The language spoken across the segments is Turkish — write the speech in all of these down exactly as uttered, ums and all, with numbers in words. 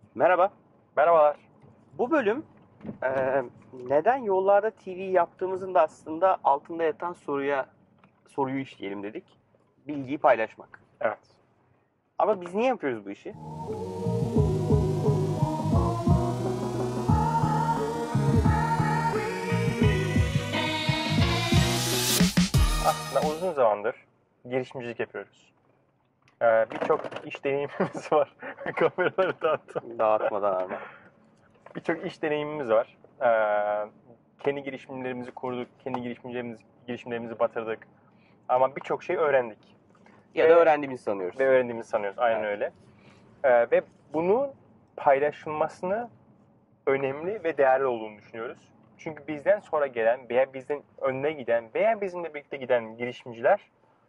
Merhaba. Merhabalar. Bu bölüm eee, neden yollarda T V yaptığımızın da aslında altında yatan soruya soruyu işleyelim dedik. Bilgiyi paylaşmak. Evet. Ama biz niye yapıyoruz bu işi? Aslında uzun zamandır girişimcilik yapıyoruz. Ee, Birçok iş deneyimimiz var. Kameraları dağıttım. Dağıtmadan Arma. Birçok iş deneyimimiz var. Ee, kendi girişimlerimizi kurduk, kendi girişimlerimizi, girişimlerimizi batırdık. Ama birçok şey öğrendik. Ya Ve- da öğrendiğimizi sanıyoruz. Ve öğrendiğimizi sanıyoruz. Aynen Evet. öyle. Ee, ve bunun paylaşılmasını önemli ve değerli olduğunu düşünüyoruz. Çünkü bizden sonra gelen veya bizden önüne giden veya bizimle birlikte giden girişimciler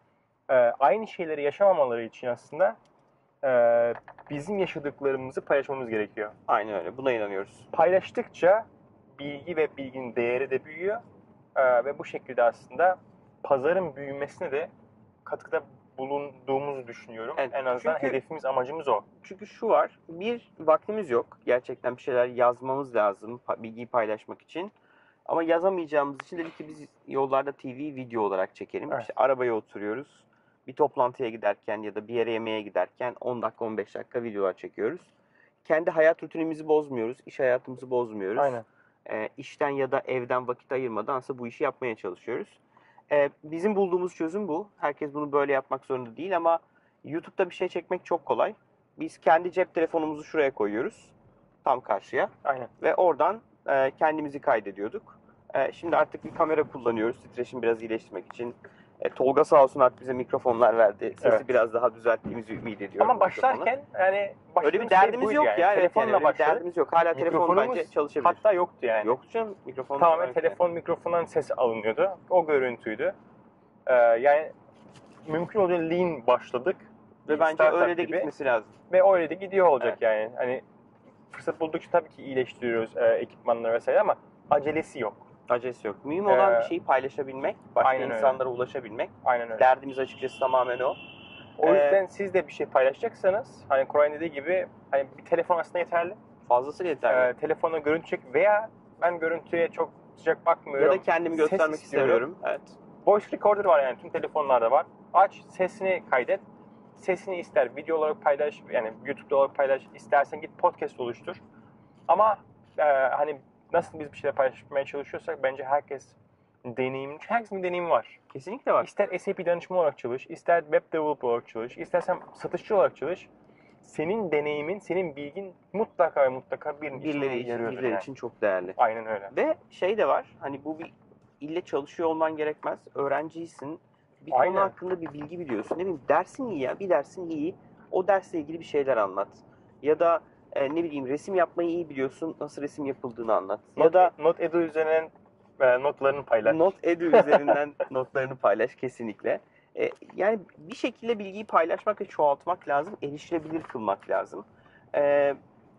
e, aynı şeyleri yaşamamaları için aslında e, bizim yaşadıklarımızı paylaşmamız gerekiyor. Aynen öyle. Buna inanıyoruz. Paylaştıkça bilgi ve bilginin değeri de büyüyor e, ve bu şekilde aslında pazarın büyümesine de katkıda bulunduğumuzu düşünüyorum. Evet, En azından çünkü- hedefimiz, amacımız o. Çünkü şu var. Bir, vaktimiz yok. Gerçekten bir şeyler yazmamız lazım pa- bilgiyi paylaşmak için. Ama yazamayacağımız için dedik ki biz yollarda T V video olarak çekelim. Evet. İşte arabaya oturuyoruz. Bir toplantıya giderken ya da bir yere yemeğe giderken on dakika on beş dakika videolar çekiyoruz. Kendi hayat rutinimizi bozmuyoruz. İş hayatımızı bozmuyoruz. Aynen. E, işten ya da evden vakit ayırmadan aslında bu işi yapmaya çalışıyoruz. E, bizim bulduğumuz çözüm bu. Herkes bunu böyle yapmak zorunda değil ama YouTube'da bir şey çekmek çok kolay. Biz kendi cep telefonumuzu şuraya koyuyoruz. Tam karşıya. Aynen. Ve oradan e, kendimizi kaydediyorduk. E, şimdi artık bir kamera kullanıyoruz titreşimi biraz iyileştirmek için. E, Tolga sağ olsun artık bize mikrofonlar verdi. Sesi Evet. biraz daha düzelttiğimizi ümit ediyorum. Ama başlarken yani öyle başladığımız bir şey derdimiz buydu yok yani. ya. Evet, Telefonla yani öyle bir başladık. derdimiz yok. Hala telefon Mikrofonumuz bence çalışabilir. hatta yoktu yani. Yok canım mikrofon. Tamamen Evet. telefon mikrofondan ses alınıyordu. O görüntüydü. Ee, yani mümkün olduğunca lean başladık. Ve Bir bence startup öyle de gibi. gitmesi lazım. Ve öyle de gidiyor olacak Evet. yani. Hani fırsat buldukça tabii ki iyileştiriyoruz e, ekipmanları vesaire ama acelesi yok. Acelesi yok. Mühim olan Ee, bir şeyi paylaşabilmek, başka aynen öyle. insanlara ulaşabilmek. Aynen öyle. Derdimiz açıkçası tamamen o. O Ee, yüzden siz de bir şey paylaşacaksanız hani Koray dediği gibi hani bir telefon aslında yeterli. Fazlasıyla yeterli. Ee, telefonla görüntü çek veya ben görüntüye çok sıcak bakmıyorum. Ya da kendimi Ses göstermek istiyorum. istemiyorum. Evet. Voice recorder var yani tüm telefonlarda var. Aç sesini kaydet. Sesini ister video olarak paylaş yani YouTube'da olarak paylaş. İstersen git podcast oluştur. Ama e, hani nasıl biz bir şeyler paylaşmaya çalışıyorsak bence herkes deneyim, herkesin bir deneyimi var. Kesinlikle var. İster S A P danışman olarak çalış, ister web developer olarak çalış, istersen satışçı olarak çalış. Senin deneyimin, senin bilgin mutlaka ve mutlaka birinin Birileri işine için, yarıyordur birileri yani. için çok değerli. Aynen öyle. Ve şey de var. Hani bu bir ille çalışıyor olman gerekmez. Öğrenciysin. Bir Aynen. konu hakkında bir bilgi biliyorsun. Ne bileyim dersin iyi ya. Bir dersin iyi. O dersle ilgili bir şeyler anlat. Ya da e, ne bileyim resim yapmayı iyi biliyorsun. Nasıl resim yapıldığını anlat. Not, Ya da Not Edu üzerinden e, notlarını paylaş. Not Edu üzerinden notlarını paylaş kesinlikle. E, yani bir şekilde bilgiyi paylaşmak ve çoğaltmak lazım. Erişilebilir kılmak lazım. E,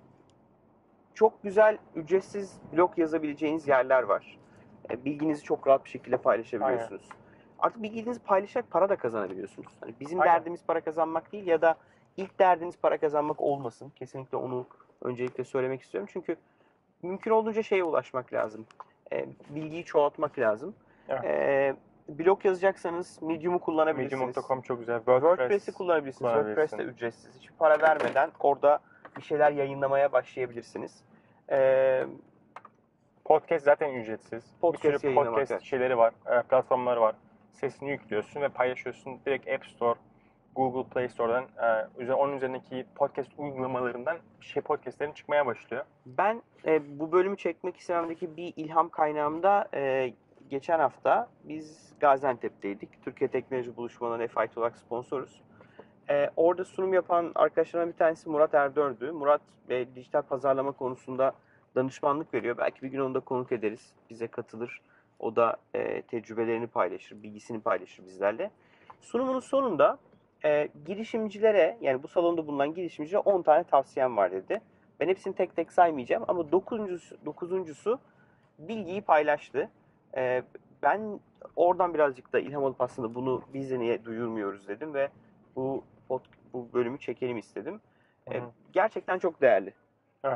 çok güzel ücretsiz blog yazabileceğiniz yerler var. E, bilginizi çok rahat bir şekilde paylaşabiliyorsunuz. Artık bilginizi paylaşarak para da kazanabiliyorsunuz. Hani bizim Aynen. derdimiz para kazanmak değil ya da ilk derdiniz para kazanmak olmasın. Kesinlikle onu öncelikle söylemek istiyorum. Çünkü mümkün olduğunca şeye ulaşmak lazım. E, bilgiyi çoğaltmak lazım. Evet. E, blog yazacaksanız Medium'u kullanabilirsiniz. Medium nokta com çok güzel. WordPress'i kullanabilirsiniz. WordPress de ücretsiz. Hiç para vermeden orada bir şeyler yayınlamaya başlayabilirsiniz. Ee, Podcast zaten ücretsiz. Podcast bir sürü yayınlamak, podcast evet. şeyleri var, e, platformları var. Sesini yüklüyorsun ve paylaşıyorsun. Direkt App Store, Google Play Store'dan, e, onun üzerindeki podcast uygulamalarından şey podcastlerin çıkmaya başlıyor. ben e, bu bölümü çekmek istememdeki bir ilham kaynağım da e, geçen hafta biz Gaziantep'teydik. Türkiye Teknoloji Buluşmaları'na F I T olarak sponsoruz. E, orada sunum yapan arkadaşlarımdan bir tanesi Murat Erdör'dü. Murat e, dijital pazarlama konusunda danışmanlık veriyor. Belki bir gün onu da konuk ederiz. Bize katılır. O da e, tecrübelerini paylaşır, bilgisini paylaşır bizlerle. Sunumunun sonunda e, girişimcilere, yani bu salonda bulunan girişimcilere on tane tavsiyem var dedi. Ben hepsini tek tek saymayacağım ama dokuzuncusu, dokuzuncusu bilgiyi paylaştı. E, ben oradan birazcık da ilham alıp aslında bunu biz de niye duyurmuyoruz dedim ve bu bu bölümü çekelim istedim. E, Hı hı. gerçekten çok değerli. Evet.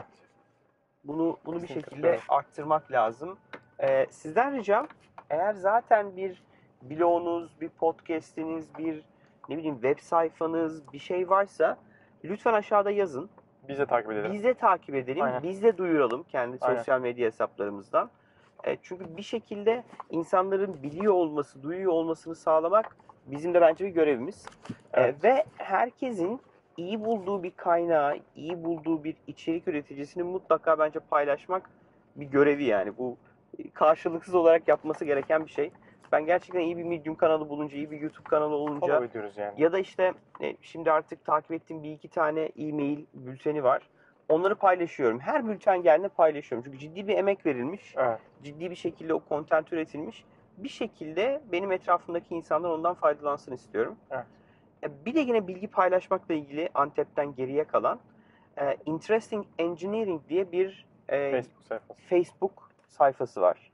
Bunu bunu bir Kesinlikle şekilde öyle. arttırmak lazım. Ee, sizden ricam, eğer zaten bir blogunuz, bir podcast'iniz, bir ne bileyim web sayfanız, bir şey varsa lütfen aşağıda yazın. Biz de takip edelim. Biz de takip edelim, Aynen. biz de duyuralım kendi Aynen. sosyal medya hesaplarımızdan. E, çünkü bir şekilde insanların biliyor olması, duyuyor olmasını sağlamak bizim de bence bir görevimiz. E, Evet. ve herkesin iyi bulduğu bir kaynağı, iyi bulduğu bir içerik üreticisini mutlaka bence paylaşmak bir görevi yani. Bu karşılıksız olarak yapması gereken bir şey. Ben gerçekten iyi bir Medium kanalı bulunca, iyi bir YouTube kanalı olunca Follow ediyoruz yani. ya da işte e, şimdi artık takip ettiğim bir iki tane e-mail bülteni var. Onları paylaşıyorum. Her bülten geldiğinde paylaşıyorum. Çünkü ciddi bir emek verilmiş. Evet. Ciddi bir şekilde o content üretilmiş. Bir şekilde benim etrafımdaki insanlar ondan faydalansın istiyorum. Evet. E, Bir de yine bilgi paylaşmakla ilgili Antep'ten geriye kalan e, Interesting Engineering diye bir e, Facebook sayfası. Facebook sayfası var.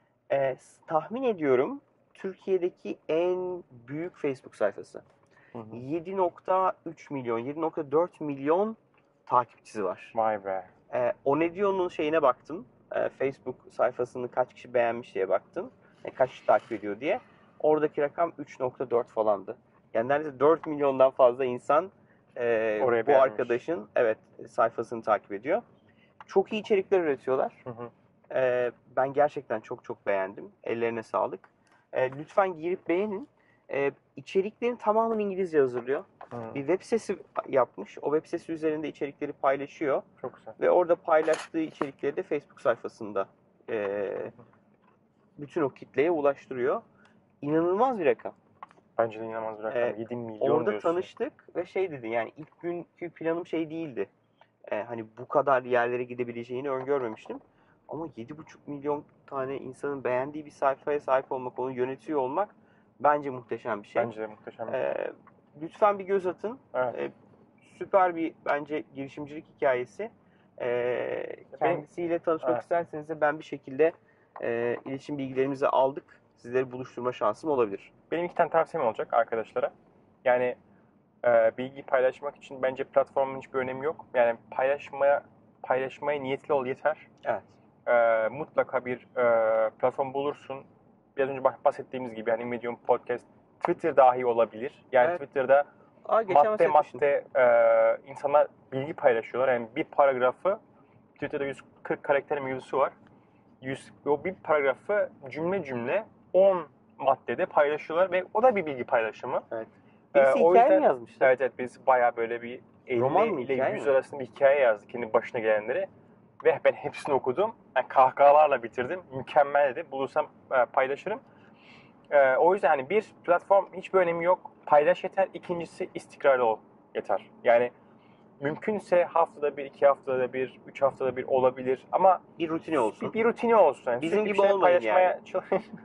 E, tahmin ediyorum Türkiye'deki en büyük Facebook sayfası. Hı hı. yedi nokta üç milyon, yedi nokta dört milyon takipçisi var. Vay be. E, Onedio'nun şeyine baktım. E, Facebook sayfasını kaç kişi beğenmiş diye baktım. E, kaç kişi takip ediyor diye. Oradaki rakam üç nokta dört falandı. Yani neredeyse dört milyondan fazla insan e, Oraya bu beğenmiş. arkadaşın evet sayfasını takip ediyor. Çok iyi içerikler üretiyorlar. Hı hı. E, ben gerçekten çok çok beğendim. Ellerine sağlık. E, lütfen girip beğenin. E, içeriklerin tamamını İngilizce hazırlıyor. Hı. Bir web sitesi yapmış. O web sitesi üzerinde içerikleri paylaşıyor. Çok güzel. Ve orada paylaştığı içerikleri de Facebook sayfasında e, bütün o kitleye ulaştırıyor. İnanılmaz bir rakam. Bence de inanılmaz bir rakam. Ee, yedi milyon Orada diyorsun. tanıştık ve şey dedi, yani ilk günkü planım şey değildi. Ee, hani bu kadar yerlere gidebileceğini öngörmemiştim. Ama yedi buçuk milyon tane insanın beğendiği bir sayfaya sahip olmak, onu yönetiyor olmak bence muhteşem bir şey. Bence de muhteşem bir şey. Ee, lütfen bir göz atın. Evet. Ee, süper bir bence girişimcilik hikayesi. Ee, kendisiyle tanışmak Evet. isterseniz de ben bir şekilde e, iletişim bilgilerimizi aldık. Sizleri buluşturma şansım olabilir. Benim iki tane tavsiyem olacak arkadaşlara. Yani e, bilgi paylaşmak için bence platformun hiçbir önemi yok. Yani paylaşmaya paylaşmaya niyetli ol yeter. Evet. E, mutlaka bir e, platform bulursun. Biraz önce bah- bahsettiğimiz gibi hani Medium, Podcast, Twitter dahi olabilir. Yani Evet. Twitter'da Aa, geçen madde bahsetmiştin. madde e, insanlar bilgi paylaşıyorlar. Yani bir paragrafı, Twitter'da yüz kırk karakter mevzusu var. yüz, o bir paragrafı cümle cümle on maddede paylaşıyorlar ve o da bir bilgi paylaşımı. Evet. Ee, Birisi o hikaye yüzden, mi yazmıştı? Evet evet biz bayağı böyle bir Roman elli mı, ile hikaye yüz mi? arasında bir hikaye yazdık kendi başına gelenleri. Ve ben hepsini okudum. Yani kahkahalarla bitirdim. Mükemmeldi. Bulursam e, paylaşırım. E, o yüzden hani bir platform hiçbir önemi yok. Paylaş yeter. İkincisi istikrarlı ol yeter. Yani mümkünse haftada bir, iki haftada bir, üç haftada bir olabilir. Ama Bir rutini olsun. bir, bir rutini olsun. Yani Bizim sürekli bir gibi şeyler olmayın paylaşmaya çalış-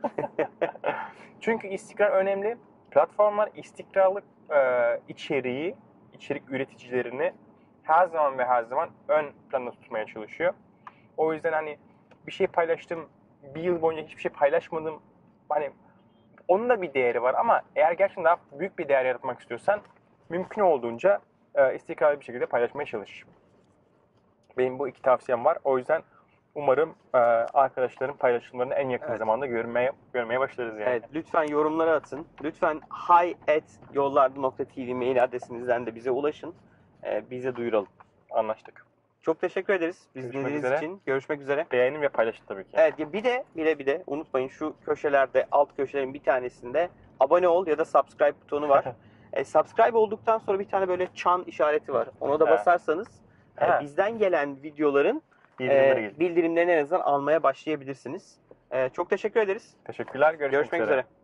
Çünkü istikrar önemli. Platformlar istikrarlı e, içeriği, içerik üreticilerini her zaman ve her zaman ön planda tutmaya çalışıyor. O yüzden hani bir şey paylaştım, bir yıl boyunca hiçbir şey paylaşmadım. Hani onun da bir değeri var ama eğer gerçekten daha büyük bir değer yaratmak istiyorsan mümkün olduğunca e, istikrarlı bir şekilde paylaşmaya çalış. Benim bu iki tavsiyem var. O yüzden umarım e, arkadaşların paylaşımlarını en yakın Evet. zamanda görmeye görmeye başlarız yani. Evet, lütfen yorumlara atın. Lütfen hi at yollarda nokta tv mail adresimizden de bize ulaşın. Ee, bize duyuralım. Anlaştık. Çok teşekkür ederiz. Biz Görüşmek dinlediğiniz üzere. için. Görüşmek üzere. Beğenin ve paylaşın tabii ki. Evet, bir de bir de bir de unutmayın, şu köşelerde, alt köşelerin bir tanesinde abone ol ya da subscribe butonu var. e, subscribe olduktan sonra bir tane böyle çan işareti var. Ona da Evet. basarsanız e, Ha. bizden gelen videoların Bildirimleri e, gelir. bildirimlerini en azından almaya başlayabilirsiniz. E, çok teşekkür ederiz. Teşekkürler. Görüşmek, Görüşmek üzere.